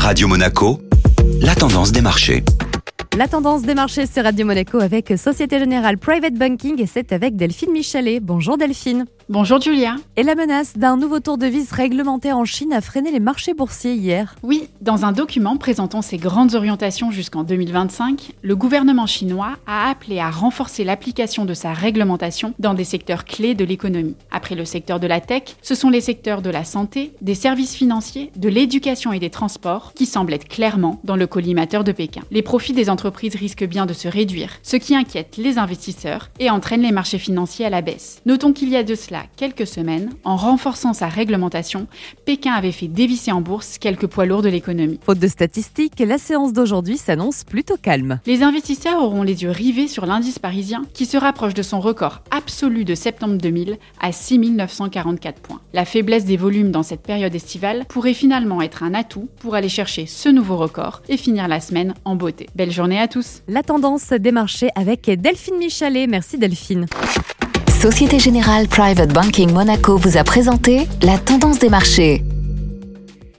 Radio Monaco, la tendance des marchés. La tendance des marchés sur Radio Monaco avec Société Générale Private Banking et c'est avec Delphine Michalet. Bonjour Delphine. Bonjour Julia. Et la menace d'un nouveau tour de vis réglementaire en Chine a freiné les marchés boursiers hier. Oui, dans un document présentant ses grandes orientations jusqu'en 2025, le gouvernement chinois a appelé à renforcer l'application de sa réglementation dans des secteurs clés de l'économie. Après le secteur de la tech, ce sont les secteurs de la santé, des services financiers, de l'éducation et des transports qui semblent être clairement dans le collimateur de Pékin. Les profits des entreprises risquent bien de se réduire, ce qui inquiète les investisseurs et entraîne les marchés financiers à la baisse. Notons qu'il y a de cela quelques semaines, en renforçant sa réglementation, Pékin avait fait dévisser en bourse quelques poids lourds de l'économie. Faute de statistiques, la séance d'aujourd'hui s'annonce plutôt calme. Les investisseurs auront les yeux rivés sur l'indice parisien qui se rapproche de son record absolu de septembre 2000 à 6 944 points. La faiblesse des volumes dans cette période estivale pourrait finalement être un atout pour aller chercher ce nouveau record et finir la semaine en beauté. Belle journée à tous. La tendance des marchés avec Delphine Michalet. Merci Delphine. Société Générale Private Banking Monaco vous a présenté la tendance des marchés.